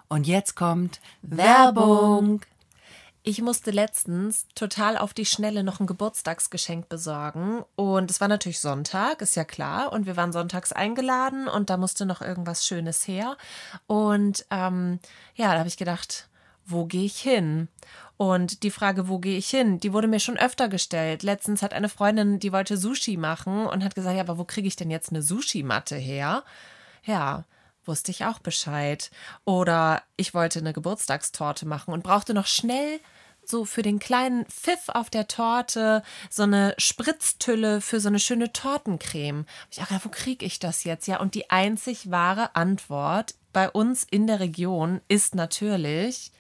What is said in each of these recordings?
Und jetzt kommt Werbung. Ich musste letztens total auf die Schnelle noch ein Geburtstagsgeschenk besorgen. Und es war natürlich Sonntag, ist ja klar. Und wir waren sonntags eingeladen und da musste noch irgendwas Schönes her. Und da habe ich gedacht, wo gehe ich hin? Und die Frage, wo gehe ich hin, die wurde mir schon öfter gestellt. Letztens hat eine Freundin, die wollte Sushi machen und hat gesagt, ja, aber wo kriege ich denn jetzt eine Sushi-Matte her? Ja, wusste ich auch Bescheid. Oder ich wollte eine Geburtstagstorte machen und brauchte noch schnell so für den kleinen Pfiff auf der Torte so eine Spritztülle für so eine schöne Tortencreme. Ich auch gedacht, wo kriege ich das jetzt? Ja, und die einzig wahre Antwort bei uns in der Region ist natürlich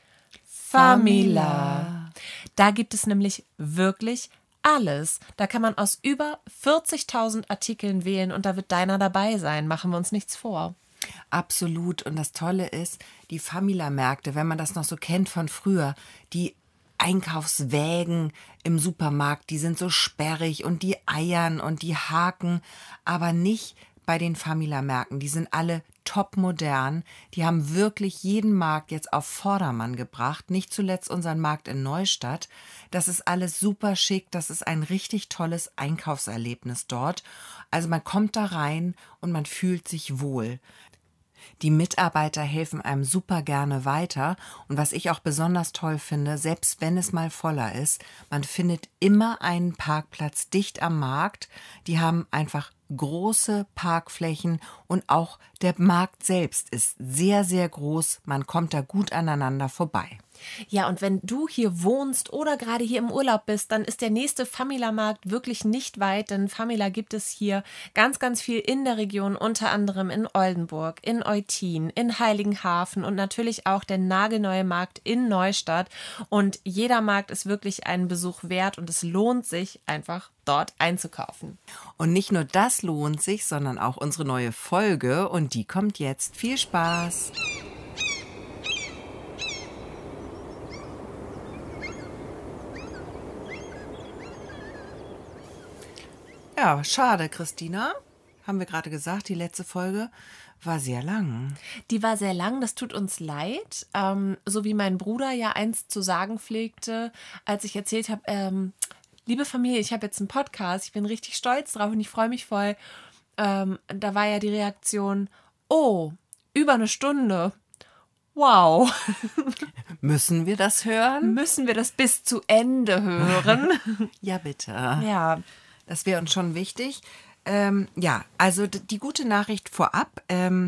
Famila. Da gibt es nämlich wirklich alles. Da kann man aus über 40.000 Artikeln wählen und da wird deiner dabei sein. Machen wir uns nichts vor. Absolut. Und das Tolle ist, die Famila-Märkte, wenn man das noch so kennt von früher, die Einkaufswägen im Supermarkt, die sind so sperrig und die eiern und die haken, aber nicht bei den Famila-Märkten. Die sind alle topmodern. Die haben wirklich jeden Markt jetzt auf Vordermann gebracht. Nicht zuletzt unseren Markt in Neustadt. Das ist alles super schick. Das ist ein richtig tolles Einkaufserlebnis dort. Also man kommt da rein und man fühlt sich wohl. Die Mitarbeiter helfen einem super gerne weiter. Und was ich auch besonders toll finde, selbst wenn es mal voller ist, man findet immer einen Parkplatz dicht am Markt. Die haben einfach große Parkflächen und auch der Markt selbst ist sehr, sehr groß. Man kommt da gut aneinander vorbei. Ja, und wenn du hier wohnst oder gerade hier im Urlaub bist, dann ist der nächste Famila-Markt wirklich nicht weit, denn Famila gibt es hier ganz, ganz viel in der Region, unter anderem in Oldenburg, in Eutin, in Heiligenhafen und natürlich auch der nagelneue Markt in Neustadt. Und jeder Markt ist wirklich einen Besuch wert und es lohnt sich einfach, dort einzukaufen. Und nicht nur das lohnt sich, sondern auch unsere neue Folge und die kommt jetzt. Viel Spaß! Ja, schade, Christina. Haben wir gerade gesagt, die letzte Folge war sehr lang. Die war sehr lang, das tut uns leid. So wie mein Bruder ja einst zu sagen pflegte, als ich erzählt habe, liebe Familie, ich habe jetzt einen Podcast, ich bin richtig stolz drauf und ich freue mich voll. Da war ja die Reaktion, oh, über eine Stunde. Wow. Müssen wir das hören? Müssen wir das bis zu Ende hören? Ja, bitte. Ja. Das wäre uns schon wichtig. Also die gute Nachricht vorab.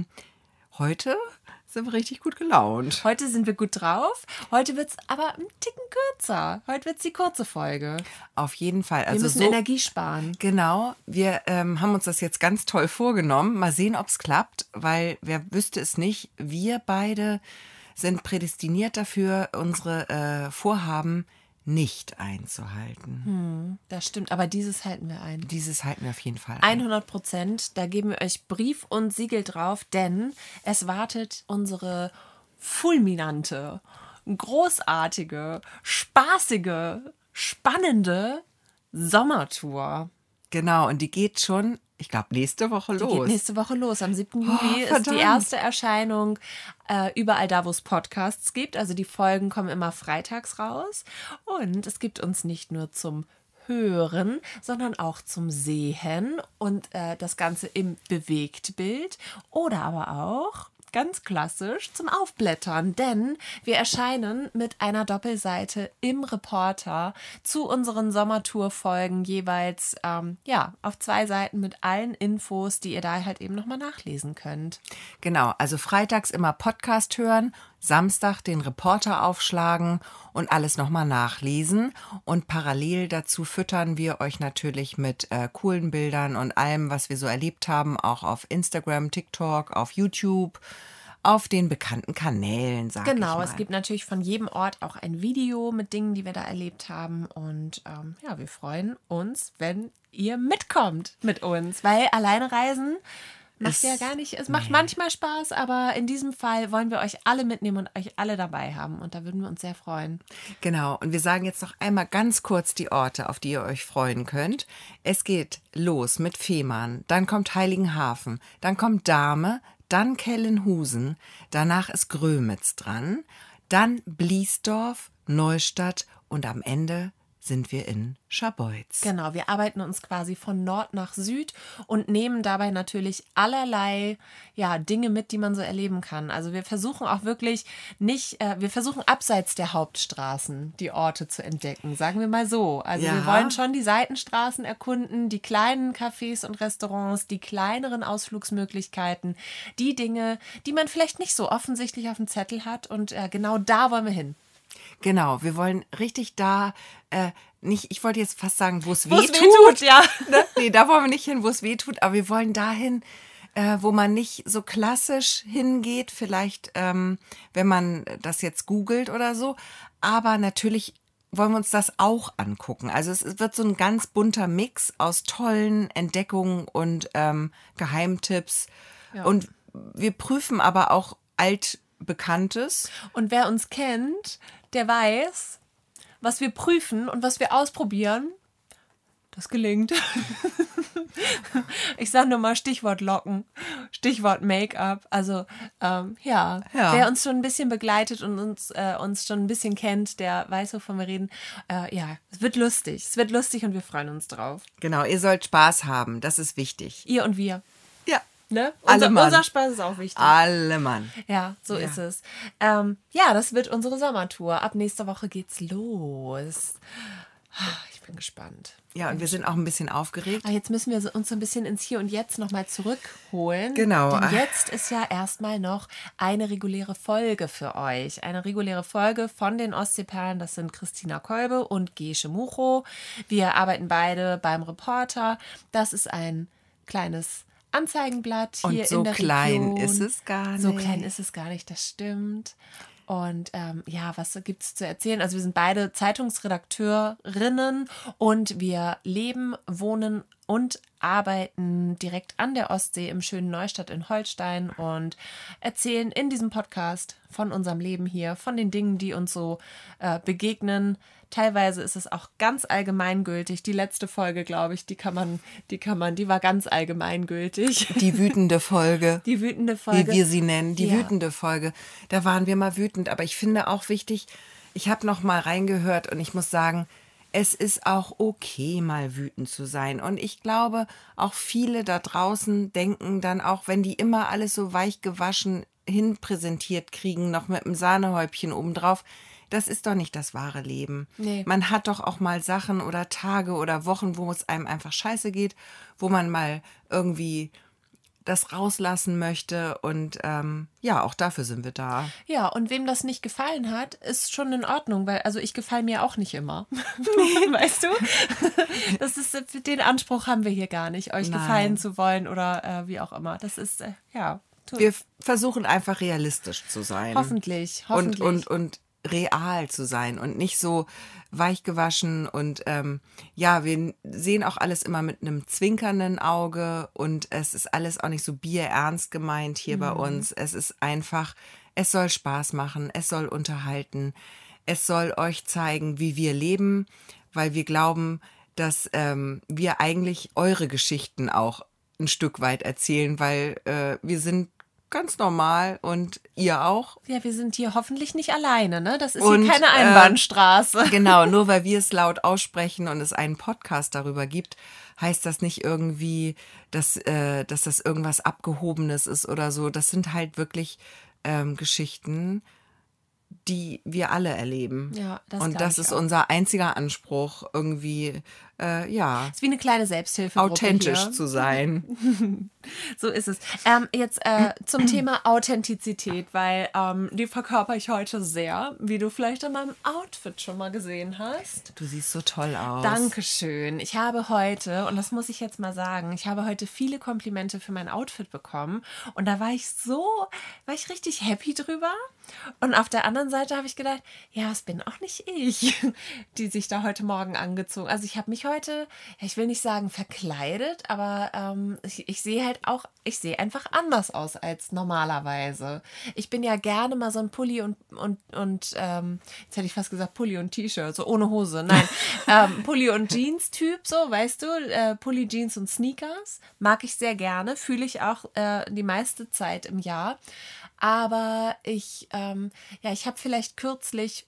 Heute sind wir richtig gut gelaunt. Heute sind wir gut drauf. Heute wird es aber ein Ticken kürzer. Heute wird es die kurze Folge. Auf jeden Fall. Wir müssen Energie sparen. Genau. Wir haben uns das jetzt ganz toll vorgenommen. Mal sehen, ob es klappt, weil wer wüsste es nicht. Wir beide sind prädestiniert dafür, unsere Vorhaben nicht einzuhalten. Das stimmt, aber dieses halten wir ein. Dieses halten wir auf jeden Fall ein. 100%, da geben wir euch Brief und Siegel drauf, denn es wartet unsere fulminante, großartige, spaßige, spannende Sommertour. Genau, und die geht schon, ich glaube, nächste Woche los. Die geht nächste Woche los. Am 7. Juli ist die erste Erscheinung überall da, wo es Podcasts gibt. Also die Folgen kommen immer freitags raus. Und es gibt uns nicht nur zum Hören, sondern auch zum Sehen und das Ganze im Bewegtbild oder aber auch ganz klassisch zum Aufblättern, denn wir erscheinen mit einer Doppelseite im Reporter zu unseren Sommertour-Folgen jeweils auf 2 Seiten mit allen Infos, die ihr da halt eben nochmal nachlesen könnt. Genau, also freitags immer Podcast hören, Samstag den Reporter aufschlagen und alles nochmal nachlesen. Und parallel dazu füttern wir euch natürlich mit coolen Bildern und allem, was wir so erlebt haben, auch auf Instagram, TikTok, auf YouTube, auf den bekannten Kanälen, sag ich mal. Genau, es gibt natürlich von jedem Ort auch ein Video mit Dingen, die wir da erlebt haben. Und wir freuen uns, wenn ihr mitkommt mit uns, weil alleine reisen macht ja gar nicht, es macht manchmal Spaß, aber in diesem Fall wollen wir euch alle mitnehmen und euch alle dabei haben und da würden wir uns sehr freuen. Genau, und wir sagen jetzt noch einmal ganz kurz die Orte, auf die ihr euch freuen könnt. Es geht los mit Fehmarn, dann kommt Heiligenhafen, dann kommt Dahme, dann Kellenhusen, danach ist Grömitz dran, dann Bliesdorf, Neustadt und am Ende sind wir in Scharbeutz. Genau, wir arbeiten uns quasi von Nord nach Süd und nehmen dabei natürlich allerlei Dinge mit, die man so erleben kann. Also wir versuchen auch wirklich wir versuchen abseits der Hauptstraßen die Orte zu entdecken, sagen wir mal so. Also wir wollen schon die Seitenstraßen erkunden, die kleinen Cafés und Restaurants, die kleineren Ausflugsmöglichkeiten, die Dinge, die man vielleicht nicht so offensichtlich auf dem Zettel hat und genau da wollen wir hin. Genau, wir wollen richtig da, ich wollte jetzt fast sagen, wo es weh tut, ja. Nee, da wollen wir nicht hin, wo es weh tut, aber wir wollen dahin, wo man nicht so klassisch hingeht, vielleicht, wenn man das jetzt googelt oder so, aber natürlich wollen wir uns das auch angucken. Also es wird so ein ganz bunter Mix aus tollen Entdeckungen und Geheimtipps und wir prüfen aber auch Altbekanntes. Und wer uns kennt, der weiß, was wir prüfen und was wir ausprobieren, das gelingt. Ich sage nur mal Stichwort Locken, Stichwort Make-up. Also wer uns schon ein bisschen begleitet und uns schon ein bisschen kennt, der weiß, wovon wir reden. Es wird lustig. Es wird lustig und wir freuen uns drauf. Genau, ihr sollt Spaß haben, das ist wichtig. Ihr und wir. Ja. Ne? Mann. Unser Spaß ist auch wichtig. Alle Mann. Ja, so ist es. Das wird unsere Sommertour. Ab nächster Woche geht's los. Ich bin gespannt. Ja, und wir sind auch ein bisschen aufgeregt. Aber jetzt müssen wir uns so ein bisschen ins Hier und Jetzt nochmal zurückholen. Genau. Denn jetzt ist ja erstmal noch eine reguläre Folge für euch. Eine reguläre Folge von den Ostseeperlen. Das sind Christina Kolbe und Gesche Mucho. Wir arbeiten beide beim Reporter. Das ist ein kleines Anzeigenblatt hier in der Region. Und so klein ist es gar nicht. So klein ist es gar nicht, das stimmt. Und was gibt es zu erzählen? Also wir sind beide Zeitungsredakteurinnen und wir leben, wohnen und arbeiten direkt an der Ostsee im schönen Neustadt in Holstein und erzählen in diesem Podcast von unserem Leben hier, von den Dingen, die uns so begegnen. Teilweise ist es auch ganz allgemeingültig. Die letzte Folge, glaube ich, die war ganz allgemeingültig. Die wütende Folge. Die wütende Folge. Wie wir sie nennen, die wütende Folge. Da waren wir mal wütend. Aber ich finde auch wichtig, ich habe noch mal reingehört und ich muss sagen, es ist auch okay, mal wütend zu sein. Und ich glaube, auch viele da draußen denken dann auch, wenn die immer alles so weich gewaschen hinpräsentiert kriegen, noch mit einem Sahnehäubchen obendrauf, das ist doch nicht das wahre Leben. Nee. Man hat doch auch mal Sachen oder Tage oder Wochen, wo es einem einfach scheiße geht, wo man mal irgendwie das rauslassen möchte und auch dafür sind wir da. Ja, und wem das nicht gefallen hat, ist schon in Ordnung, weil ich gefalle mir auch nicht immer. Weißt du? Das ist, den Anspruch haben wir hier gar nicht, euch gefallen zu wollen oder wie auch immer. Das ist, Wir versuchen einfach realistisch zu sein. Hoffentlich. Und real zu sein und nicht so weichgewaschen und wir sehen auch alles immer mit einem zwinkernden Auge und es ist alles auch nicht so bierernst gemeint hier bei uns. Es ist einfach, es soll Spaß machen, es soll unterhalten, es soll euch zeigen, wie wir leben, weil wir glauben, dass wir eigentlich eure Geschichten auch ein Stück weit erzählen, weil wir sind ganz normal und ihr auch. Ja, wir sind hier hoffentlich nicht alleine, ne? Das ist hier keine Einbahnstraße. Genau, nur weil wir es laut aussprechen und es einen Podcast darüber gibt, heißt das nicht irgendwie, dass das irgendwas Abgehobenes ist oder so. Das sind halt wirklich Geschichten, die wir alle erleben. Ja, das ist unser einziger Anspruch, irgendwie, Es ist wie eine kleine Selbsthilfegruppe authentisch hier zu sein. So ist es. Jetzt zum Thema Authentizität, weil die verkörper ich heute sehr, wie du vielleicht an meinem Outfit schon mal gesehen hast. Du siehst so toll aus. Dankeschön. Ich habe heute, und das muss ich jetzt mal sagen, viele Komplimente für mein Outfit bekommen und da war ich richtig happy drüber. Und auf der anderen Seite habe ich gedacht, ja, es bin auch nicht ich, die sich da heute Morgen angezogen. Also ich habe mich Leute, ja, ich will nicht sagen verkleidet, aber ich sehe einfach anders aus als normalerweise. Ich bin ja gerne mal so ein Pulli und jetzt hätte ich fast gesagt Pulli und T-Shirt, so ohne Hose. Nein, Pulli und Jeans-Typ, so, weißt du, Pulli, Jeans und Sneakers. Mag ich sehr gerne, fühle ich auch die meiste Zeit im Jahr. Aber ich habe vielleicht kürzlich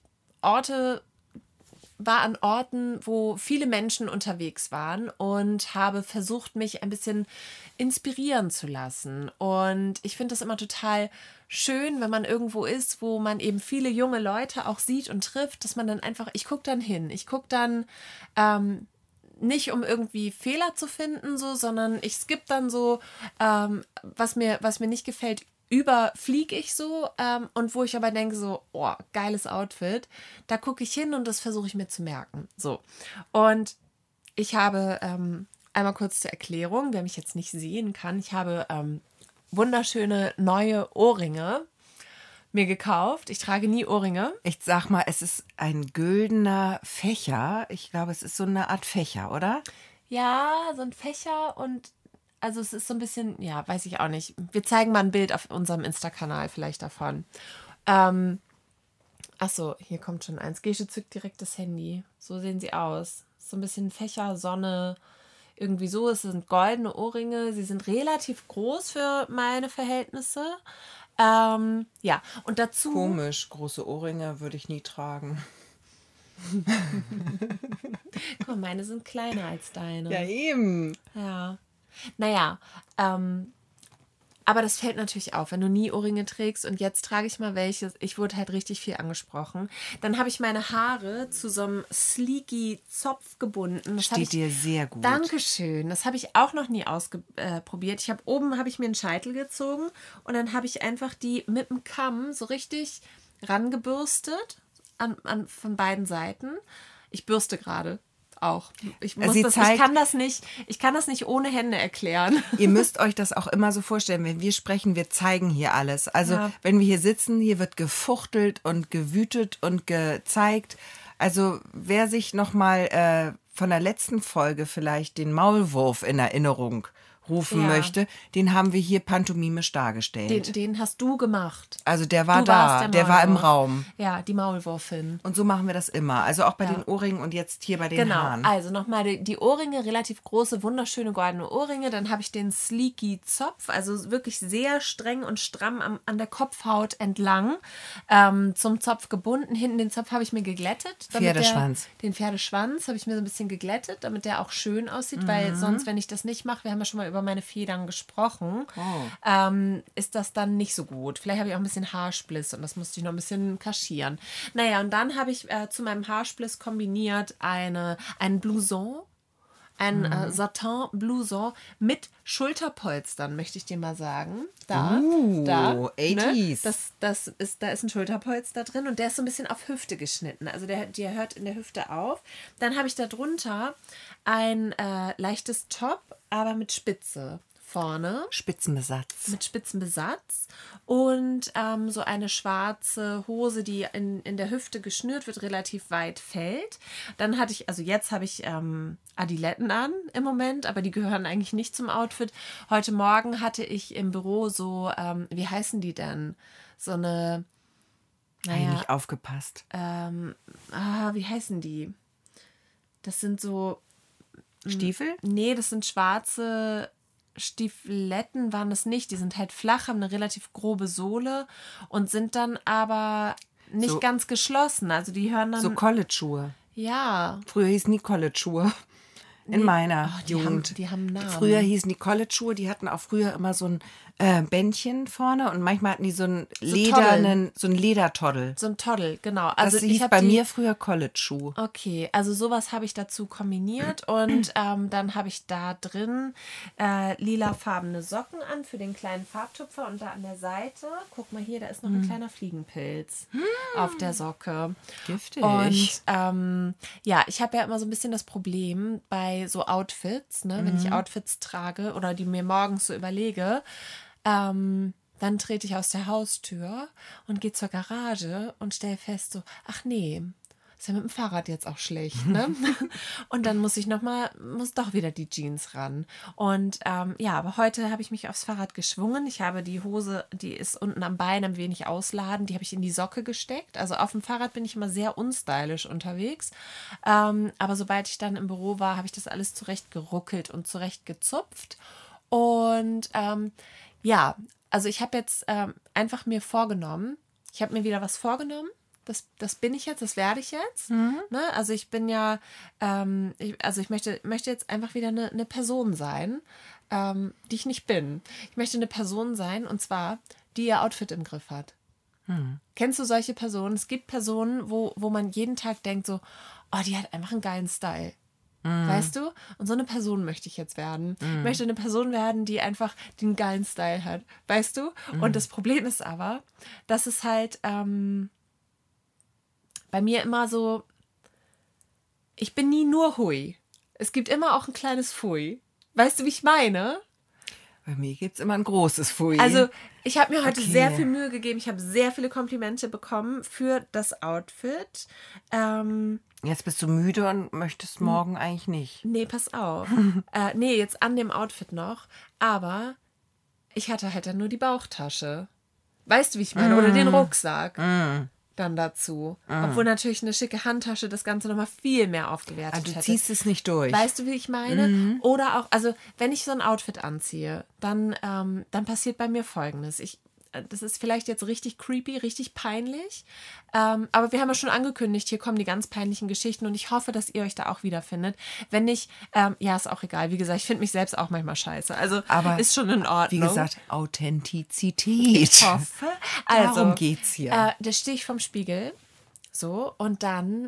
war an Orten, wo viele Menschen unterwegs waren und habe versucht, mich ein bisschen inspirieren zu lassen. Und ich finde das immer total schön, wenn man irgendwo ist, wo man eben viele junge Leute auch sieht und trifft, dass man dann einfach, ich gucke dann hin, ich gucke dann nicht, um irgendwie Fehler zu finden, so, sondern ich skippe dann so, was mir nicht gefällt, überfliege ich so und wo ich aber denke so, oh, geiles Outfit, da gucke ich hin und das versuche ich mir zu merken. So. Und ich habe einmal kurz zur Erklärung, wer mich jetzt nicht sehen kann, ich habe wunderschöne neue Ohrringe mir gekauft. Ich trage nie Ohrringe. Ich sag mal, es ist ein güldener Fächer. Ich glaube, es ist so eine Art Fächer, oder? Ja, so ein Fächer und also es ist so ein bisschen, ja, weiß ich auch nicht. Wir zeigen mal ein Bild auf unserem Insta-Kanal vielleicht davon. Achso, hier kommt schon eins. Gesche zückt direkt das Handy. So sehen sie aus. So ein bisschen Fächer, Sonne, irgendwie so. Es sind goldene Ohrringe. Sie sind relativ groß für meine Verhältnisse. Ja, und dazu... Komisch, große Ohrringe würde ich nie tragen. Guck mal, meine sind kleiner als deine. Ja, eben. Ja. Naja, aber das fällt natürlich auf, wenn du nie Ohrringe trägst und jetzt trage ich mal welche. Ich wurde halt richtig viel angesprochen. Dann habe ich meine Haare zu so einem sleeky Zopf gebunden. Das steht dir sehr gut. Dankeschön. Das habe ich auch noch nie ausprobiert. Oben habe ich mir einen Scheitel gezogen und dann habe ich einfach die mit dem Kamm so richtig rangebürstet von beiden Seiten. Ich bürste gerade. Auch. Ich kann das nicht ohne Hände erklären. Ihr müsst euch das auch immer so vorstellen, wenn wir sprechen, wir zeigen hier alles. Also wenn wir hier sitzen, hier wird gefuchtelt und gewütet und gezeigt. Also wer sich nochmal von der letzten Folge vielleicht den Maulwurf in Erinnerung rufen möchte, den haben wir hier pantomimisch dargestellt. Den hast du gemacht. Also der war da, der war im Raum. Ja, die Maulwurfin. Und so machen wir das immer. Also auch bei den Ohrringen und jetzt hier bei den Haaren. Genau, also nochmal die Ohrringe, relativ große, wunderschöne goldene Ohrringe. Dann habe ich den sleeky Zopf, also wirklich sehr streng und stramm an der Kopfhaut entlang zum Zopf gebunden. Hinten den Zopf habe ich mir geglättet. Pferdeschwanz. Den Pferdeschwanz habe ich mir so ein bisschen geglättet, damit der auch schön aussieht, weil sonst, wenn ich das nicht mache, wir haben ja schon mal über meine Federn gesprochen, ist das dann nicht so gut. Vielleicht habe ich auch ein bisschen Haarspliss und das musste ich noch ein bisschen kaschieren. Naja, und dann habe ich zu meinem Haarspliss kombiniert einen Blouson, ein Satin-Blouson mit Schulterpolstern, möchte ich dir mal sagen. Da, 80s. Ne? Da ist ein Schulterpolster drin und der ist so ein bisschen auf Hüfte geschnitten. Also der hört in der Hüfte auf. Dann habe ich da drunter ein leichtes Top, aber mit Spitze vorne. Spitzenbesatz. Mit Spitzenbesatz und so eine schwarze Hose, die in der Hüfte geschnürt wird, relativ weit fällt. Dann jetzt habe ich Adiletten an im Moment, aber die gehören eigentlich nicht zum Outfit. Heute Morgen hatte ich im Büro so, wie heißen die denn? So eine, naja. Nicht aufgepasst. Wie heißen die? Das sind so... Stiefel? Nee, das sind schwarze Stiefeletten, waren es nicht. Die sind halt flach, haben eine relativ grobe Sohle und sind dann aber nicht so ganz geschlossen. Also die hören dann... So College-Schuhe. Ja. Früher hießen die College-Schuhe. In meiner Jugend. Die haben Namen. Früher hießen die College-Schuhe, die hatten auch früher immer so ein Bändchen vorne und manchmal hatten die so einen Ledertoddel. So ein Toddel, genau. Also das hieß bei mir früher College-Schuh. Okay, also sowas habe ich dazu kombiniert und dann habe ich da drin lilafarbene Socken an für den kleinen Farbtupfer und da an der Seite, guck mal hier, da ist noch ein kleiner Fliegenpilz auf der Socke. Giftig. Und ich habe ja immer so ein bisschen das Problem bei so Outfits, ne, wenn ich Outfits trage oder die mir morgens so überlege, dann trete ich aus der Haustür und gehe zur Garage und stelle fest so, ach nee, ist ja mit dem Fahrrad jetzt auch schlecht, ne? Und dann muss doch wieder die Jeans ran. Und aber heute habe ich mich aufs Fahrrad geschwungen. Ich habe die Hose, die ist unten am Bein ein wenig ausladend, die habe ich in die Socke gesteckt. Also auf dem Fahrrad bin ich immer sehr unstylisch unterwegs. Aber sobald ich dann im Büro war, habe ich das alles zurecht geruckelt und zurecht gezupft. Und also ich habe jetzt einfach mir vorgenommen, ich habe mir wieder was vorgenommen. Das bin ich jetzt, das werde ich jetzt. Ne? Also ich bin ja, ich möchte jetzt einfach wieder eine Person sein, die ich nicht bin. Ich möchte eine Person sein, und zwar, die ihr Outfit im Griff hat. Kennst du solche Personen? Es gibt Personen, wo man jeden Tag denkt so, oh, die hat einfach einen geilen Style. Weißt du? Und so eine Person möchte ich jetzt werden. Ich möchte eine Person werden, die einfach den geilen Style hat. Weißt du? Und das Problem ist aber, dass es halt bei mir immer so, ich bin nie nur Hui. Es gibt immer auch ein kleines Pfui. Weißt du, wie ich meine? Bei mir gibt es immer ein großes Pfui. Also, ich habe mir heute sehr viel Mühe gegeben. Ich habe sehr viele Komplimente bekommen für das Outfit. Jetzt bist du müde und möchtest morgen eigentlich nicht. Nee, pass auf. Jetzt an dem Outfit noch. Aber ich hatte halt dann nur die Bauchtasche. Weißt du, wie ich meine? Oder den Rucksack. Dann dazu. Obwohl natürlich eine schicke Handtasche das Ganze nochmal viel mehr aufgewertet hätte. Du ziehst es nicht durch. Weißt du, wie ich meine? Oder auch, also wenn ich so ein Outfit anziehe, dann passiert bei mir Folgendes. Das ist vielleicht jetzt richtig creepy, richtig peinlich, aber wir haben ja schon angekündigt, hier kommen die ganz peinlichen Geschichten und ich hoffe, dass ihr euch da auch wiederfindet. Wenn nicht, ist auch egal. Wie gesagt, ich finde mich selbst auch manchmal scheiße. Also aber ist schon in Ordnung. Wie gesagt, Authentizität. Ich hoffe. Also, darum geht's hier. Da stehe ich vorm Spiegel, so, und dann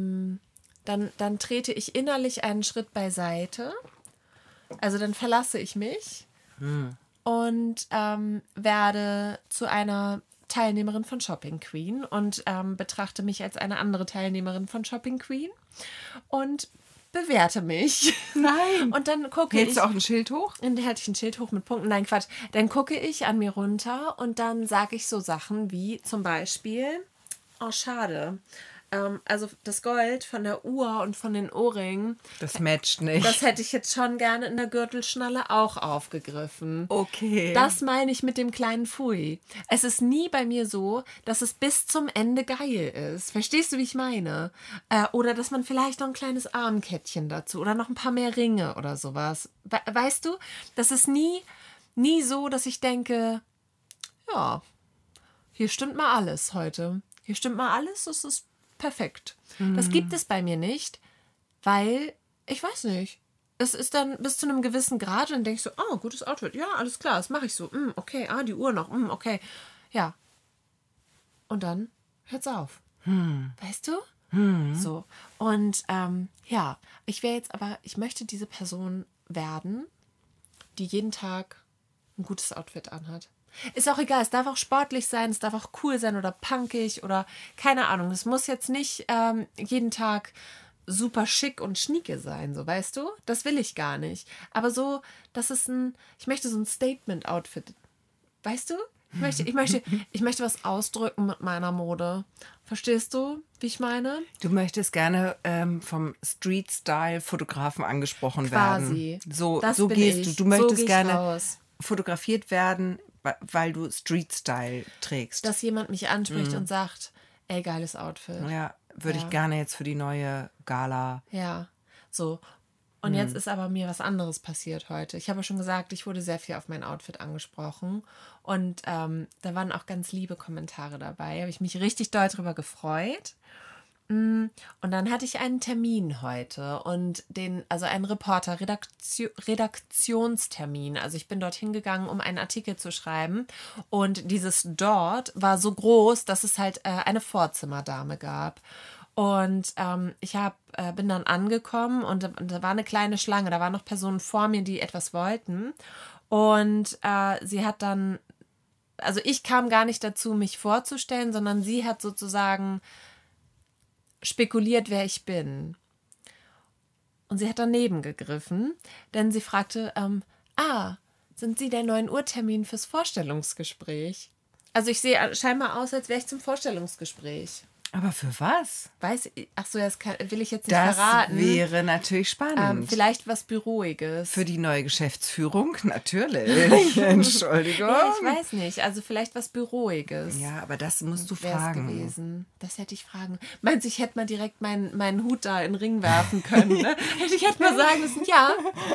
trete ich innerlich einen Schritt beiseite. Also dann verlasse ich mich. Und werde zu einer Teilnehmerin von Shopping Queen und betrachte mich als eine andere Teilnehmerin von Shopping Queen und bewerte mich. Nein. Und dann gucke Hältst du auch ein Schild hoch? Dann hätte ich ein Schild hoch mit Punkten. Nein, Quatsch. Dann gucke ich an mir runter und dann sage ich so Sachen wie zum Beispiel, oh, schade. Also das Gold von der Uhr und von den Ohrringen. Das matcht nicht. Das hätte ich jetzt schon gerne in der Gürtelschnalle auch aufgegriffen. Okay. Das meine ich mit dem kleinen Pfui. Es ist nie bei mir so, dass es bis zum Ende geil ist. Verstehst du, wie ich meine? Oder dass man vielleicht noch ein kleines Armkettchen dazu oder noch ein paar mehr Ringe oder sowas. Weißt du, das ist nie so, dass ich denke, ja, hier stimmt mal alles heute. Hier stimmt mal alles, es ist perfekt. Das gibt es bei mir nicht, weil, ich weiß nicht, es ist dann bis zu einem gewissen Grad und dann denkst du, oh, gutes Outfit, ja, alles klar, das mache ich so, okay, die Uhr noch, okay, ja. Und dann hört's auf. Weißt du? So. Und ich möchte diese Person werden, die jeden Tag ein gutes Outfit anhat. Ist auch egal, es darf auch sportlich sein, es darf auch cool sein oder punkig oder keine Ahnung. Es muss jetzt nicht jeden Tag super schick und schnieke sein, so, weißt du? Das will ich gar nicht. Aber so, ich möchte so ein Statement-Outfit, weißt du? Ich möchte was ausdrücken mit meiner Mode. Verstehst du, wie ich meine? Du möchtest gerne vom Street-Style-Fotografen angesprochen Quasi. werden. So gehst du. Du möchtest gerne raus. Fotografiert werden, weil du Street-Style trägst. Dass jemand mich anspricht und sagt, ey, geiles Outfit. Ja, würde ich gerne jetzt für die neue Gala. Ja, so. Und jetzt ist aber mir was anderes passiert heute. Ich habe ja schon gesagt, ich wurde sehr viel auf mein Outfit angesprochen. Und da waren auch ganz liebe Kommentare dabei. Habe ich mich richtig doll drüber gefreut. Und dann hatte ich einen Termin heute und einen Redaktionstermin. Also ich bin dorthin gegangen, um einen Artikel zu schreiben. Und dieses dort war so groß, dass es halt eine Vorzimmerdame gab. Und ich bin dann angekommen und da war eine kleine Schlange. Da waren noch Personen vor mir, die etwas wollten. Und sie hat dann, also ich kam gar nicht dazu, mich vorzustellen, sondern sie hat sozusagen spekuliert, wer ich bin. Und sie hat daneben gegriffen, denn sie fragte, sind Sie der 9 Uhr Termin fürs Vorstellungsgespräch? Also ich sehe scheinbar aus, als wäre ich zum Vorstellungsgespräch. Aber für was? Ach so, das will ich jetzt nicht Das verraten. wäre natürlich spannend. Vielleicht was Büroiges. Für die neue Geschäftsführung, natürlich. Entschuldigung. Ja, ich weiß nicht. Also vielleicht was Büroiges. Ja, aber das musst du Wär's fragen. gewesen. Das hätte ich fragen. Meinst du, ich hätte mal direkt meinen Hut da in den Ring werfen können? Ne? Ich hätte mal sagen müssen, ja.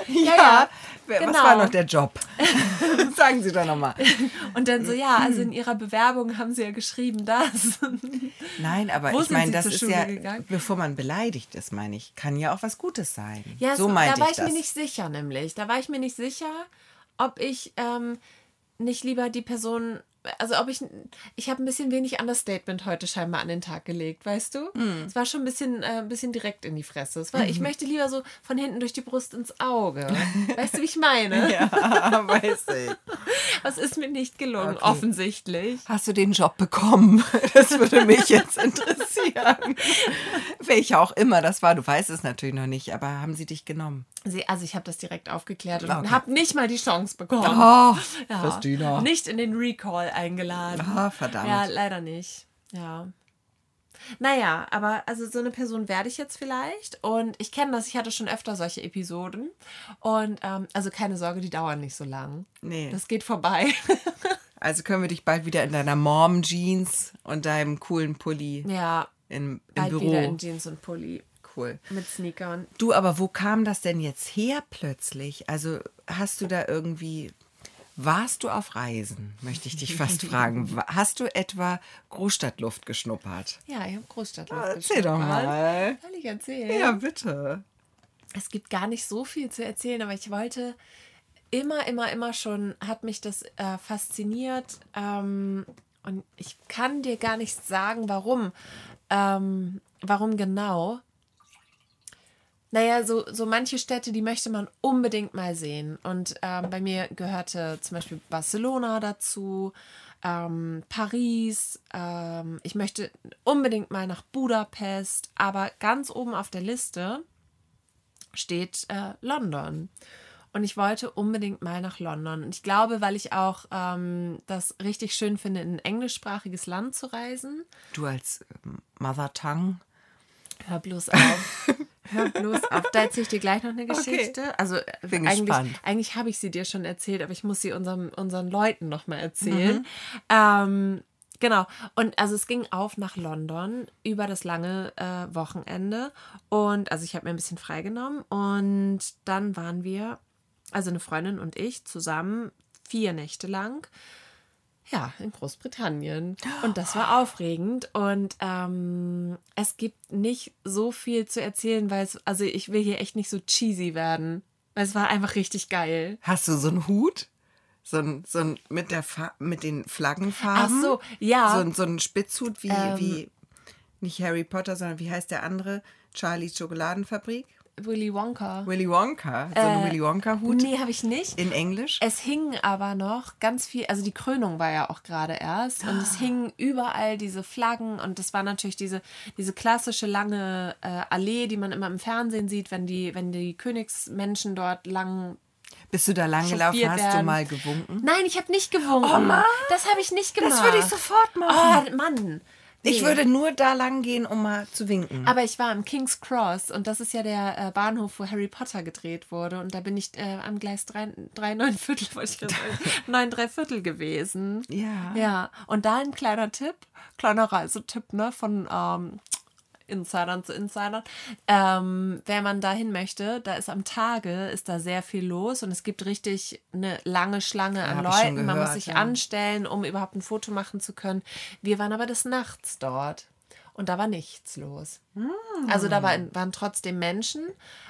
Was genau. war noch der Job? Sagen Sie doch nochmal. Und dann so, ja, also in Ihrer Bewerbung haben Sie ja geschrieben, das. Nein, aber Wo ich sind meine, Sie das zur ist Schule ja, gegangen? bevor man beleidigt ist, meine ich, kann ja auch was Gutes sein. Ja, so meinte da war ich ich das. mir nicht sicher, nämlich. Da war ich mir nicht sicher, ob ich nicht lieber die Person, also ob ich habe ein bisschen wenig Understatement heute scheinbar an den Tag gelegt, weißt du? Es war schon ein bisschen direkt in die Fresse. Ich möchte lieber so von hinten durch die Brust ins Auge. Weißt du, wie ich meine? Ja, weiß ich. Das ist mir nicht gelungen, Okay. offensichtlich. Hast du den Job bekommen? Das würde mich jetzt interessieren. Welcher auch immer das war, du weißt es natürlich noch nicht, aber haben sie dich genommen? Also ich habe das direkt aufgeklärt und Okay. habe nicht mal die Chance bekommen. Oh, Ja, Christina. nicht in den Recall eingeladen. Ah, verdammt. Ja, leider nicht. Ja. Naja, aber also so eine Person werde ich jetzt vielleicht. Und ich kenne das, ich hatte schon öfter solche Episoden. Und also keine Sorge, die dauern nicht so lang. Nee. Das geht vorbei. Also können wir dich bald wieder in deiner Mom-Jeans und deinem coolen Pulli Ja, im bald Büro. wieder in Jeans und Pulli Cool. mit Sneakern. Du, aber wo kam das denn jetzt her plötzlich? Also hast du da irgendwie... Warst du auf Reisen, möchte ich dich fast fragen. Hast du etwa Großstadtluft geschnuppert? Ja, ich habe Großstadtluft Erzähl doch mal. Soll ich erzählen? Ja, bitte. Es gibt gar nicht so viel zu erzählen, aber ich wollte immer schon, hat mich das fasziniert. Und ich kann dir gar nicht sagen, warum. Warum genau. Naja, so manche Städte, die möchte man unbedingt mal sehen. Und bei mir gehörte zum Beispiel Barcelona dazu, Paris. Ich möchte unbedingt mal nach Budapest. Aber ganz oben auf der Liste steht London. Und ich wollte unbedingt mal nach London. Und ich glaube, weil ich auch das richtig schön finde, in ein englischsprachiges Land zu reisen. Du als Mother Tongue. Hör bloß auf. Hör bloß auf. Da erzähle ich dir gleich noch eine Geschichte. Okay. Also Bin gespannt. eigentlich habe ich sie dir schon erzählt, aber ich muss sie unseren Leuten noch mal erzählen. Genau. Und also es ging auf nach London über das lange Wochenende. Und also ich habe mir ein bisschen freigenommen. Und dann waren wir, also eine Freundin und ich, zusammen 4 Nächte lang. Ja, in Großbritannien. Und das war aufregend. Und es gibt nicht so viel zu erzählen, weil also ich will hier echt nicht so cheesy werden. Weil es war einfach richtig geil. Hast du so einen Hut? So ein mit den Flaggenfarben? Ach so, ja. So ein Spitzhut wie nicht Harry Potter, sondern wie heißt der andere? Charlies Schokoladenfabrik? Willy Wonka. Willy Wonka. So ein Willy Wonka-Hut Nee, habe ich nicht. in Englisch? Es hing aber noch ganz viel, also die Krönung war ja auch gerade erst und es hingen überall diese Flaggen und das war natürlich diese klassische lange Allee, die man immer im Fernsehen sieht, wenn die Königsmenschen dort lang. Bist du da lang gelaufen? chauffiert Hast du werden. mal gewunken? Nein, ich habe nicht gewunken. Oh Mann, das habe ich nicht gemacht. Das würde ich sofort machen. Oh, Mann. Ich Nee. würde nur da lang gehen, um mal zu winken. Aber ich war am King's Cross und das ist ja der Bahnhof, wo Harry Potter gedreht wurde. Und da bin ich am Gleis 3 9 Viertel, wollte ich gerade sagen, 9 3 Viertel gewesen. Ja. Ja, und da ein kleiner Reisetipp, ne, von Insidern zu Insidern. Wenn man da hin möchte, da ist am Tage, ist da sehr viel los und es gibt richtig eine lange Schlange an hab ich schon Leuten. Man muss gehört, sich ja. anstellen, um überhaupt ein Foto machen zu können. Wir waren aber des Nachts dort und da war nichts los. Also da waren trotzdem Menschen,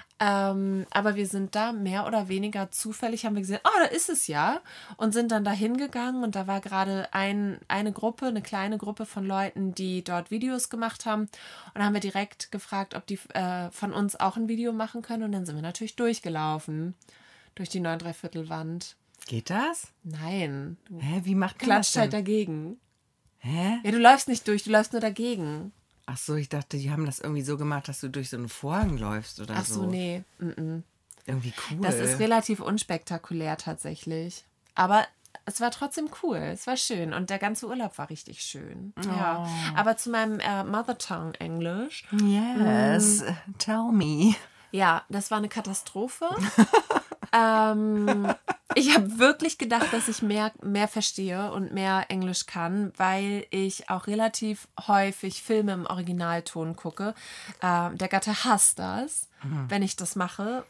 aber wir sind da mehr oder weniger zufällig, haben wir gesehen, oh, da ist es ja, und sind dann da hingegangen und da war gerade eine kleine Gruppe von Leuten, die dort Videos gemacht haben und dann haben wir direkt gefragt, ob die von uns auch ein Video machen können und dann sind wir natürlich durchgelaufen, durch die 9 3 Viertel Wand. Geht das? Nein, Hä, wie macht man klatscht das halt denn? dagegen. Hä? Ja, du läufst nicht durch, du läufst nur dagegen. Ach so, ich dachte, die haben das irgendwie so gemacht, dass du durch so einen Vorhang läufst oder Ach so, nee. Irgendwie cool. Das ist relativ unspektakulär tatsächlich. Aber es war trotzdem cool. Es war schön und der ganze Urlaub war richtig schön. Ja. Aber zu meinem Mother Tongue Englisch. Yes, tell me. Ja, das war eine Katastrophe. Ich habe wirklich gedacht, dass ich mehr verstehe und mehr Englisch kann, weil ich auch relativ häufig Filme im Originalton gucke. Der Gatte hasst das, wenn ich das mache.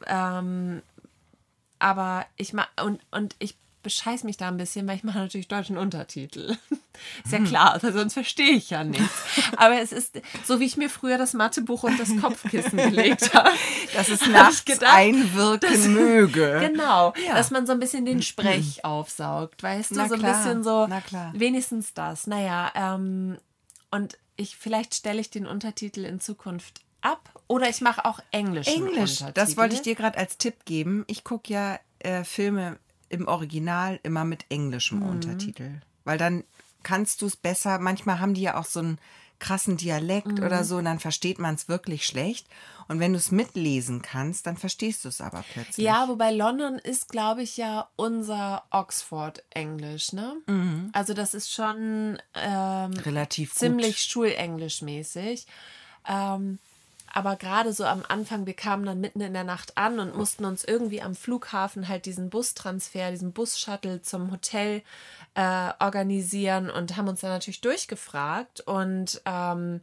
Aber ich ich bescheiß mich da ein bisschen, weil ich mache natürlich deutschen Untertitel. Ist ja klar, also sonst verstehe ich ja nichts. Aber es ist so, wie ich mir früher das Mathebuch und das Kopfkissen gelegt habe. Dass es nachts einwirken möge. Genau, dass man so ein bisschen den Sprech aufsaugt, weißt du? So ein bisschen so, wenigstens das. Naja, und vielleicht stelle ich den Untertitel in Zukunft ab oder ich mache auch Englisch, das wollte ich dir gerade als Tipp geben. Ich gucke ja Filme im Original immer mit englischem Untertitel. Weil dann kannst du es besser, manchmal haben die ja auch so einen krassen Dialekt oder so und dann versteht man es wirklich schlecht. Und wenn du es mitlesen kannst, dann verstehst du es aber plötzlich. Ja, wobei London ist, glaube ich, ja unser Oxford-Englisch, ne? Also das ist schon relativ ziemlich gut. Schulenglisch-mäßig. Aber gerade so am Anfang, wir kamen dann mitten in der Nacht an und mussten uns irgendwie am Flughafen halt diesen Bustransfer, diesen Bus-Shuttle zum Hotel organisieren und haben uns dann natürlich durchgefragt. Und da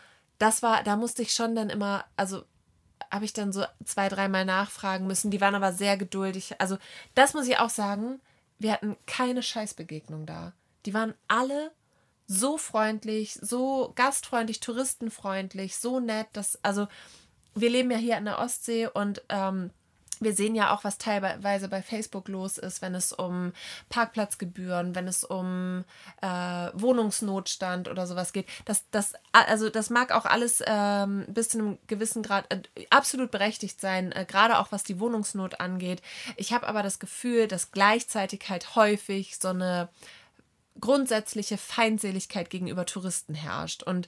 musste ich schon dann immer, also habe ich dann so 2-3 Mal nachfragen müssen. Die waren aber sehr geduldig. Also das muss ich auch sagen, wir hatten keine Scheißbegegnung da. Die waren alle so freundlich, so gastfreundlich, touristenfreundlich, so nett. Also wir leben ja hier an der Ostsee und wir sehen ja auch, was teilweise bei Facebook los ist, wenn es um Parkplatzgebühren, wenn es um Wohnungsnotstand oder sowas geht. Das mag auch alles bis zu einem gewissen Grad absolut berechtigt sein, gerade auch was die Wohnungsnot angeht. Ich habe aber das Gefühl, dass gleichzeitig halt häufig so eine grundsätzliche Feindseligkeit gegenüber Touristen herrscht. Und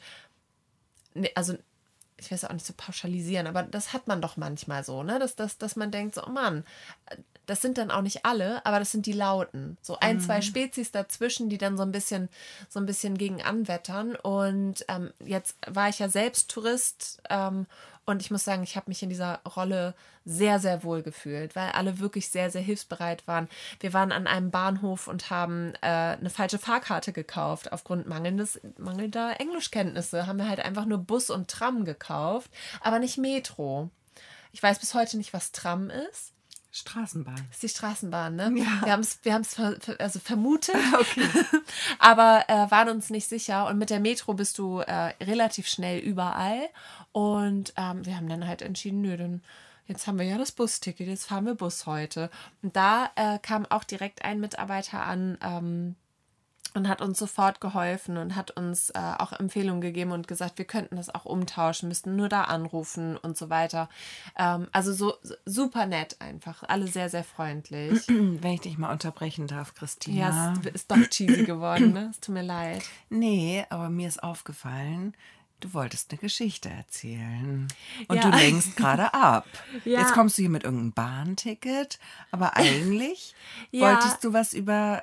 also ich weiß auch nicht zu pauschalisieren, aber das hat man doch manchmal so, ne? Dass man denkt, so, oh Mann, das sind dann auch nicht alle, aber das sind die Lauten. So 2 Spezies dazwischen, die dann so ein bisschen gegen anwettern. Und jetzt war ich ja selbst Tourist und ich muss sagen, ich habe mich in dieser Rolle sehr, sehr wohl gefühlt, weil alle wirklich sehr, sehr hilfsbereit waren. Wir waren an einem Bahnhof und haben eine falsche Fahrkarte gekauft. Aufgrund mangelnder Englischkenntnisse haben wir halt einfach nur Bus und Tram gekauft, aber nicht Metro. Ich weiß bis heute nicht, was Tram ist. Straßenbahn. Das ist die Straßenbahn, ne? Ja. Wir haben es also vermutet, okay. aber waren uns nicht sicher. Und mit der Metro bist du relativ schnell überall. Und wir haben dann halt entschieden, nö, dann jetzt haben wir ja das Busticket, jetzt fahren wir Bus heute. Und da kam auch direkt ein Mitarbeiter an und hat uns sofort geholfen und hat uns auch Empfehlungen gegeben und gesagt, wir könnten das auch umtauschen, müssten nur da anrufen und so weiter. Also so super nett einfach, alle sehr, sehr freundlich. Wenn ich dich mal unterbrechen darf, Christina. Ja, es ist doch cheesy geworden, ne? Es tut mir leid. Nee, aber mir ist aufgefallen, du wolltest eine Geschichte erzählen. Und Ja. du lenkst gerade ab. Ja. Jetzt kommst du hier mit irgendeinem Bahnticket, aber eigentlich Ja. wolltest du was über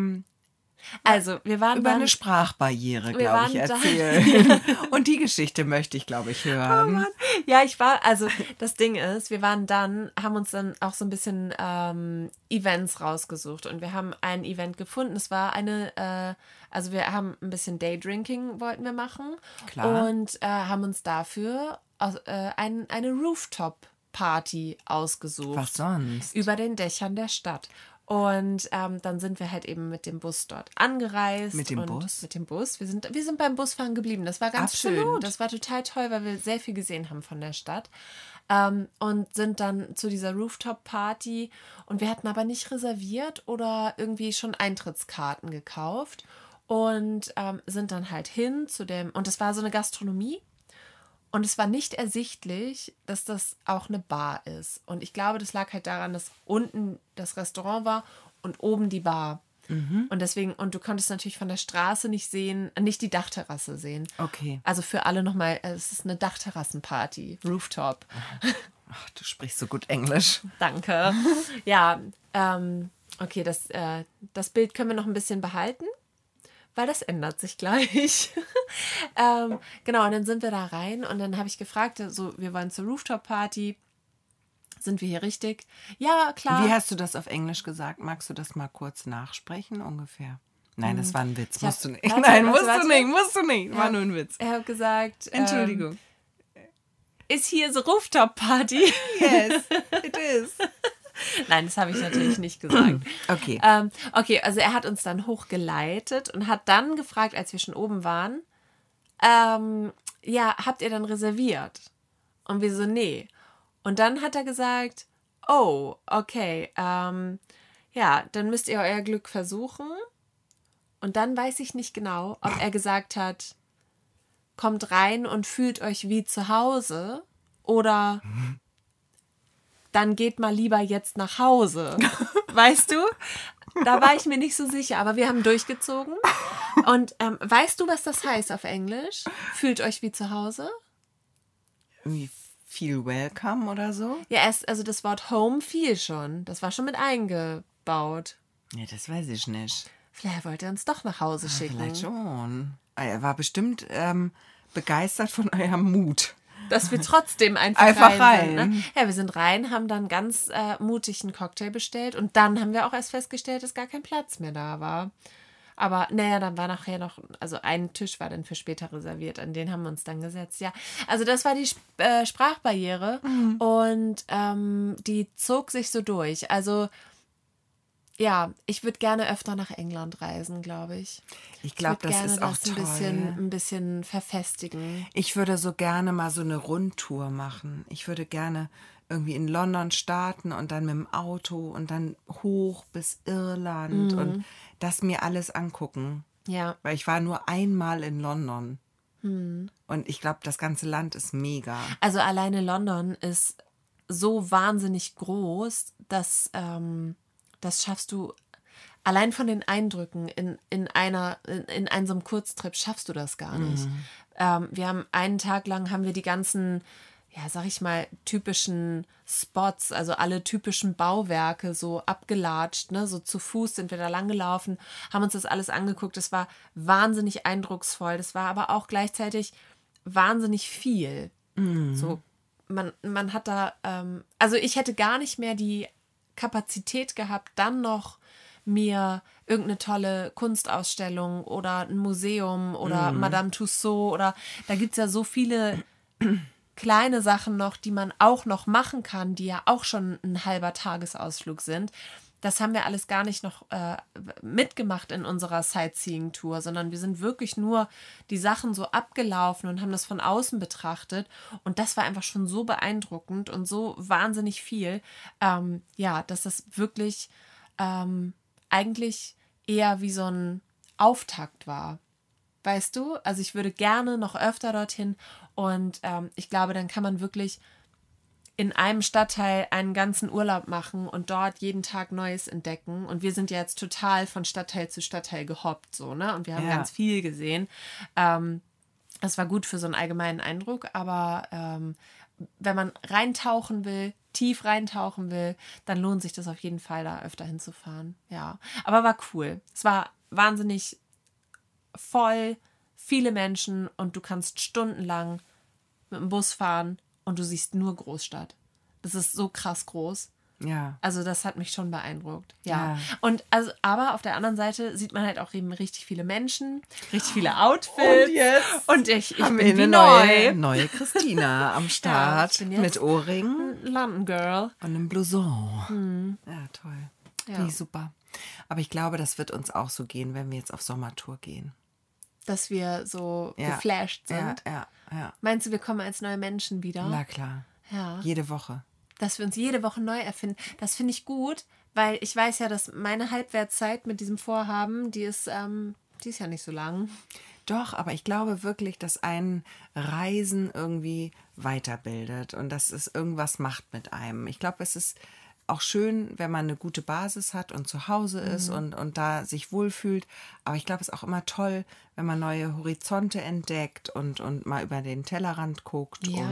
Also, wir waren über dann, eine Sprachbarriere, Wir glaube ich, waren da- erzählen. Und die Geschichte möchte ich, glaube ich, hören. ja, also das Ding ist, haben uns dann auch so ein bisschen Events rausgesucht und wir haben ein Event gefunden. Es war also wir haben ein bisschen Daydrinking wollten wir machen. Klar. Und haben uns dafür eine Rooftop-Party ausgesucht. Was sonst? Über den Dächern der Stadt. Und dann sind wir halt eben mit dem Bus dort angereist. Mit dem und Bus? Mit dem Bus. Wir sind beim Busfahren geblieben. Das war ganz schön. Absolut. Das war total toll, weil wir sehr viel gesehen haben von der Stadt. Und sind dann zu dieser Rooftop-Party. Und wir hatten aber nicht reserviert oder irgendwie schon Eintrittskarten gekauft. Und sind dann halt hin zu dem. Und es war so eine Gastronomie. Und es war nicht ersichtlich, dass das auch eine Bar ist. Und ich glaube, das lag halt daran, dass unten das Restaurant war und oben die Bar. Und deswegen, und du konntest natürlich von der Straße nicht die Dachterrasse sehen. Okay. Also für alle nochmal, es ist eine Dachterrassenparty, Rooftop. Ach, du sprichst so gut Englisch. Danke. Ja, Okay, das Bild können wir noch ein bisschen behalten, weil das ändert sich gleich. Genau, und dann sind wir da rein und dann habe ich gefragt, so, wir wollen zur Rooftop-Party. Sind wir hier richtig? Ja, klar. Wie hast du das auf Englisch gesagt? Magst du das mal kurz nachsprechen ungefähr? Nein, das war ein Witz. Musst du nicht. Nein, musst du nicht. War nur ein Witz. Er hat gesagt, Entschuldigung. Is here the Rooftop Party? Yes, it is. Nein, das habe ich natürlich nicht gesagt. Okay. Okay, also er hat uns dann hochgeleitet und hat dann gefragt, als wir schon oben waren, ja, habt ihr dann reserviert? Und wir so, nee. Und dann hat er gesagt, oh, okay, ja, dann müsst ihr euer Glück versuchen. Und dann weiß ich nicht genau, ob er gesagt hat, kommt rein und fühlt euch wie zu Hause oder dann geht mal lieber jetzt nach Hause. Weißt du? Da war ich mir nicht so sicher, aber wir haben durchgezogen. Und weißt du, was das heißt auf Englisch? Fühlt euch wie zu Hause? Irgendwie feel welcome oder so? Ja, also das Wort home fiel schon. Das war schon mit eingebaut. Ja, das weiß ich nicht. Vielleicht wollte er uns doch nach Hause schicken. Vielleicht schon. Er war bestimmt begeistert von eurem Mut. Dass wir trotzdem einfach rein sind. Ne? Ja, wir sind rein, haben dann ganz mutig einen Cocktail bestellt und dann haben wir auch erst festgestellt, dass gar kein Platz mehr da war. Aber naja, dann war nachher noch, also ein Tisch war dann für später reserviert, an den haben wir uns dann gesetzt. Ja, also das war die Sprachbarriere und die zog sich so durch. Also ja, ich würde gerne öfter nach England reisen, glaube ich. Ich glaube, das ist auch toll. Ein bisschen verfestigen. Ich würde so gerne mal so eine Rundtour machen. Ich würde gerne irgendwie in London starten und dann mit dem Auto und dann hoch bis Irland und das mir alles angucken. Ja. Weil ich war nur einmal in London. Und ich glaube, das ganze Land ist mega. Also alleine London ist so wahnsinnig groß, dass das schaffst du allein von den Eindrücken in einem so einem Kurztrip schaffst du das gar nicht. Wir haben einen Tag lang haben wir die ganzen, ja, sag ich mal, typischen Spots, also alle typischen Bauwerke so abgelatscht, ne, so zu Fuß sind wir da lang gelaufen, haben uns das alles angeguckt. Das war wahnsinnig eindrucksvoll. Das war aber auch gleichzeitig wahnsinnig viel. So, man hat da, also ich hätte gar nicht mehr die Kapazität gehabt, dann noch mir irgendeine tolle Kunstausstellung oder ein Museum oder Madame Tussauds oder da gibt es ja so viele kleine Sachen noch, die man auch noch machen kann, die ja auch schon ein halber Tagesausflug sind. Das haben wir alles gar nicht noch mitgemacht in unserer Sightseeing-Tour, sondern wir sind wirklich nur die Sachen so abgelaufen und haben das von außen betrachtet. Und das war einfach schon so beeindruckend und so wahnsinnig viel, ja, dass das wirklich eigentlich eher wie so ein Auftakt war. Weißt du? Also ich würde gerne noch öfter dorthin und ich glaube, dann kann man wirklich in einem Stadtteil einen ganzen Urlaub machen und dort jeden Tag Neues entdecken. Und wir sind ja jetzt total von Stadtteil zu Stadtteil gehoppt, so, ne? Und wir haben ganz viel gesehen. Das war gut für so einen allgemeinen Eindruck, aber wenn man reintauchen will, tief reintauchen will, dann lohnt sich das auf jeden Fall, da öfter hinzufahren. Ja, aber war cool. Es war wahnsinnig voll, viele Menschen und du kannst stundenlang mit dem Bus fahren und du siehst nur Großstadt. Das ist so krass groß. Ja. Also das hat mich schon beeindruckt. Ja. Und also, aber auf der anderen Seite sieht man halt auch eben richtig viele Menschen, richtig viele Outfits. Und jetzt und ich haben bin wir eine neue Christina am Start ich bin jetzt mit Ohrringen London Girl. und einem Blouson. Ja, toll. Ja. Finde ich super. Aber ich glaube, das wird uns auch so gehen, wenn wir jetzt auf Sommertour gehen. Dass wir so geflasht sind. Ja. Meinst du, wir kommen als neue Menschen wieder? Na klar. Ja. Jede Woche. Dass wir uns jede Woche neu erfinden. Das finde ich gut, weil ich weiß ja, dass meine Halbwertszeit mit diesem Vorhaben, die ist ja nicht so lang. Doch, aber ich glaube wirklich, dass ein Reisen irgendwie weiterbildet und dass es irgendwas macht mit einem. Ich glaube, es ist auch schön, wenn man eine gute Basis hat und zu Hause ist und da sich wohlfühlt. Aber ich glaube, es ist auch immer toll, wenn man neue Horizonte entdeckt und mal über den Tellerrand guckt. Ja. Und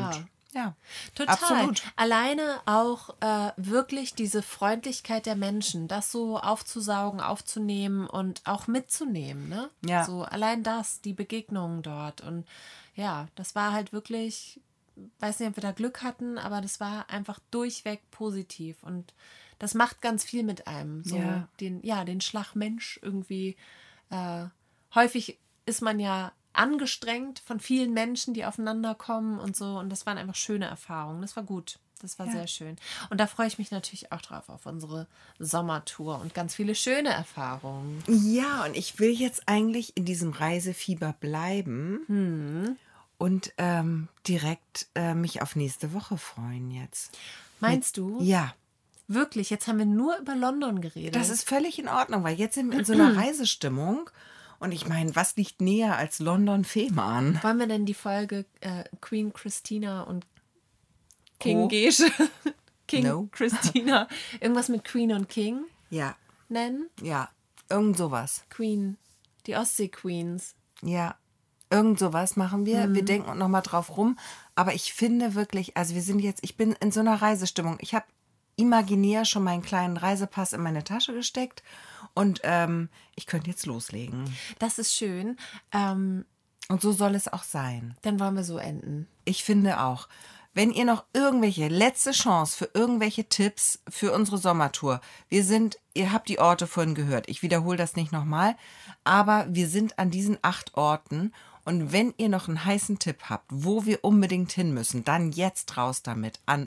Ja, Total. absolut. Alleine auch wirklich diese Freundlichkeit der Menschen, das so aufzusaugen, aufzunehmen und auch mitzunehmen. Ne? Ja. So allein das, die Begegnungen dort. Und ja, das war halt wirklich, weiß nicht, ob wir da Glück hatten, aber das war einfach durchweg positiv. Und das macht ganz viel mit einem. So Ja. den Schlag Mensch irgendwie. Häufig ist man ja angestrengt von vielen Menschen, die aufeinander kommen und so. Und das waren einfach schöne Erfahrungen. Das war gut. Das war sehr schön. Und da freue ich mich natürlich auch drauf, auf unsere Sommertour und ganz viele schöne Erfahrungen. Ja, und ich will jetzt eigentlich in diesem Reisefieber bleiben und direkt mich auf nächste Woche freuen jetzt. Meinst du? Ja, Wirklich, jetzt haben wir nur über London geredet. das ist völlig in Ordnung, weil jetzt sind wir in so einer Reisestimmung. Und ich meine, was liegt näher als London-Fehmarn? Wollen wir denn die Folge Queen Christina und King Co. Gesche, King No. Christina, irgendwas mit Queen und King Ja, nennen? ja, irgend sowas. Queen, die Ostsee-Queens. Ja, irgend sowas machen wir. Wir denken noch mal drauf rum. Aber ich finde wirklich, also ich bin in so einer Reisestimmung. Ich habe imaginär schon meinen kleinen Reisepass in meine Tasche gesteckt und ich könnte jetzt loslegen. Das ist schön. Und so soll es auch sein. Dann wollen wir so enden. Ich finde auch. Wenn ihr noch letzte Chance für irgendwelche Tipps für unsere Sommertour. Ihr habt die Orte vorhin gehört. Ich wiederhole das nicht nochmal. Aber wir sind an diesen 8 Orten. Und wenn ihr noch einen heißen Tipp habt, wo wir unbedingt hin müssen, dann jetzt raus damit an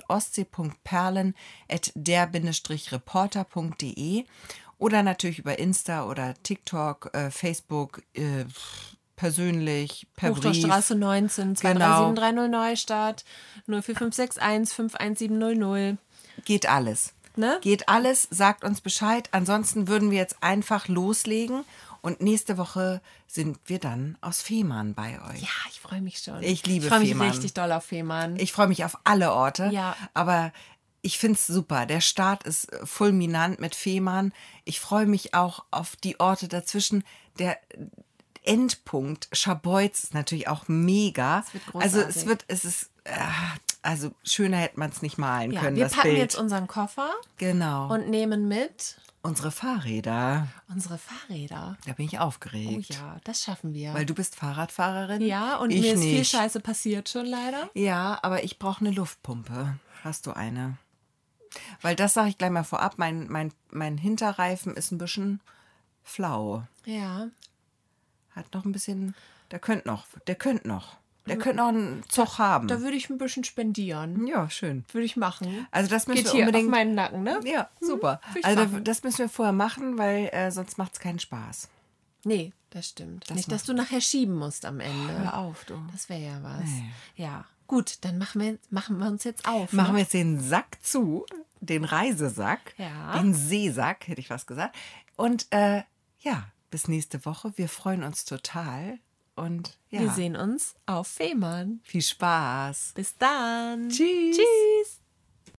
ostsee.perlen@der-reporter.de oder natürlich über Insta oder TikTok, Facebook, persönlich, per Brief. Hochdorfstraße 19, Genau. 23730 Neustadt, 04561 51700. Geht alles. Ne? Geht alles, sagt uns Bescheid. Ansonsten würden wir jetzt einfach loslegen. Und nächste Woche sind wir dann aus Fehmarn bei euch. Ja, ich freue mich schon. Ich liebe Ich freue mich Fehmarn. richtig doll auf Fehmarn. Ich freue mich auf alle Orte. Ja. Aber ich finde es super. Der Start ist fulminant mit Fehmarn. Ich freue mich auch auf die Orte dazwischen. Der Endpunkt Scharbeutz ist natürlich auch mega. Es wird großartig. Also schöner hätte man es nicht malen können, wir das packen Bild. jetzt unseren Koffer Genau. und nehmen mit Unsere Fahrräder. unsere Fahrräder. Da bin ich Oh aufgeregt. ja, das schaffen wir. Weil du bist Fahrradfahrerin. ja, und ich mir ist nicht. viel Scheiße passiert schon leider. Ja, aber ich brauche eine Luftpumpe. Hast du eine? Weil das sage ich gleich mal vorab, mein Hinterreifen ist ein bisschen flau. Ja. Hat noch ein bisschen, der könnte noch einen Zug haben. Da würde ich ein bisschen spendieren. Ja, schön. Würde ich machen. Also das müssen Geht wir hier unbedingt. auf meinen Nacken, ne? Ja, super. Würde ich Also machen. das müssen wir vorher machen, weil sonst macht es keinen Spaß. Nee, das stimmt. Das Nicht, dass du nachher schieben musst am Ende. Hör auf, du. Das wäre ja was. Nee. Ja, gut, dann machen wir uns jetzt auf. Machen wir ne? jetzt den Sack zu, den Reisesack, Ja. den Seesack, hätte ich was gesagt. Und ja, bis nächste Woche. Wir freuen uns total. Und ja, Wir sehen uns auf Fehmarn. viel Spaß. Bis dann. Tschüss. Tschüss.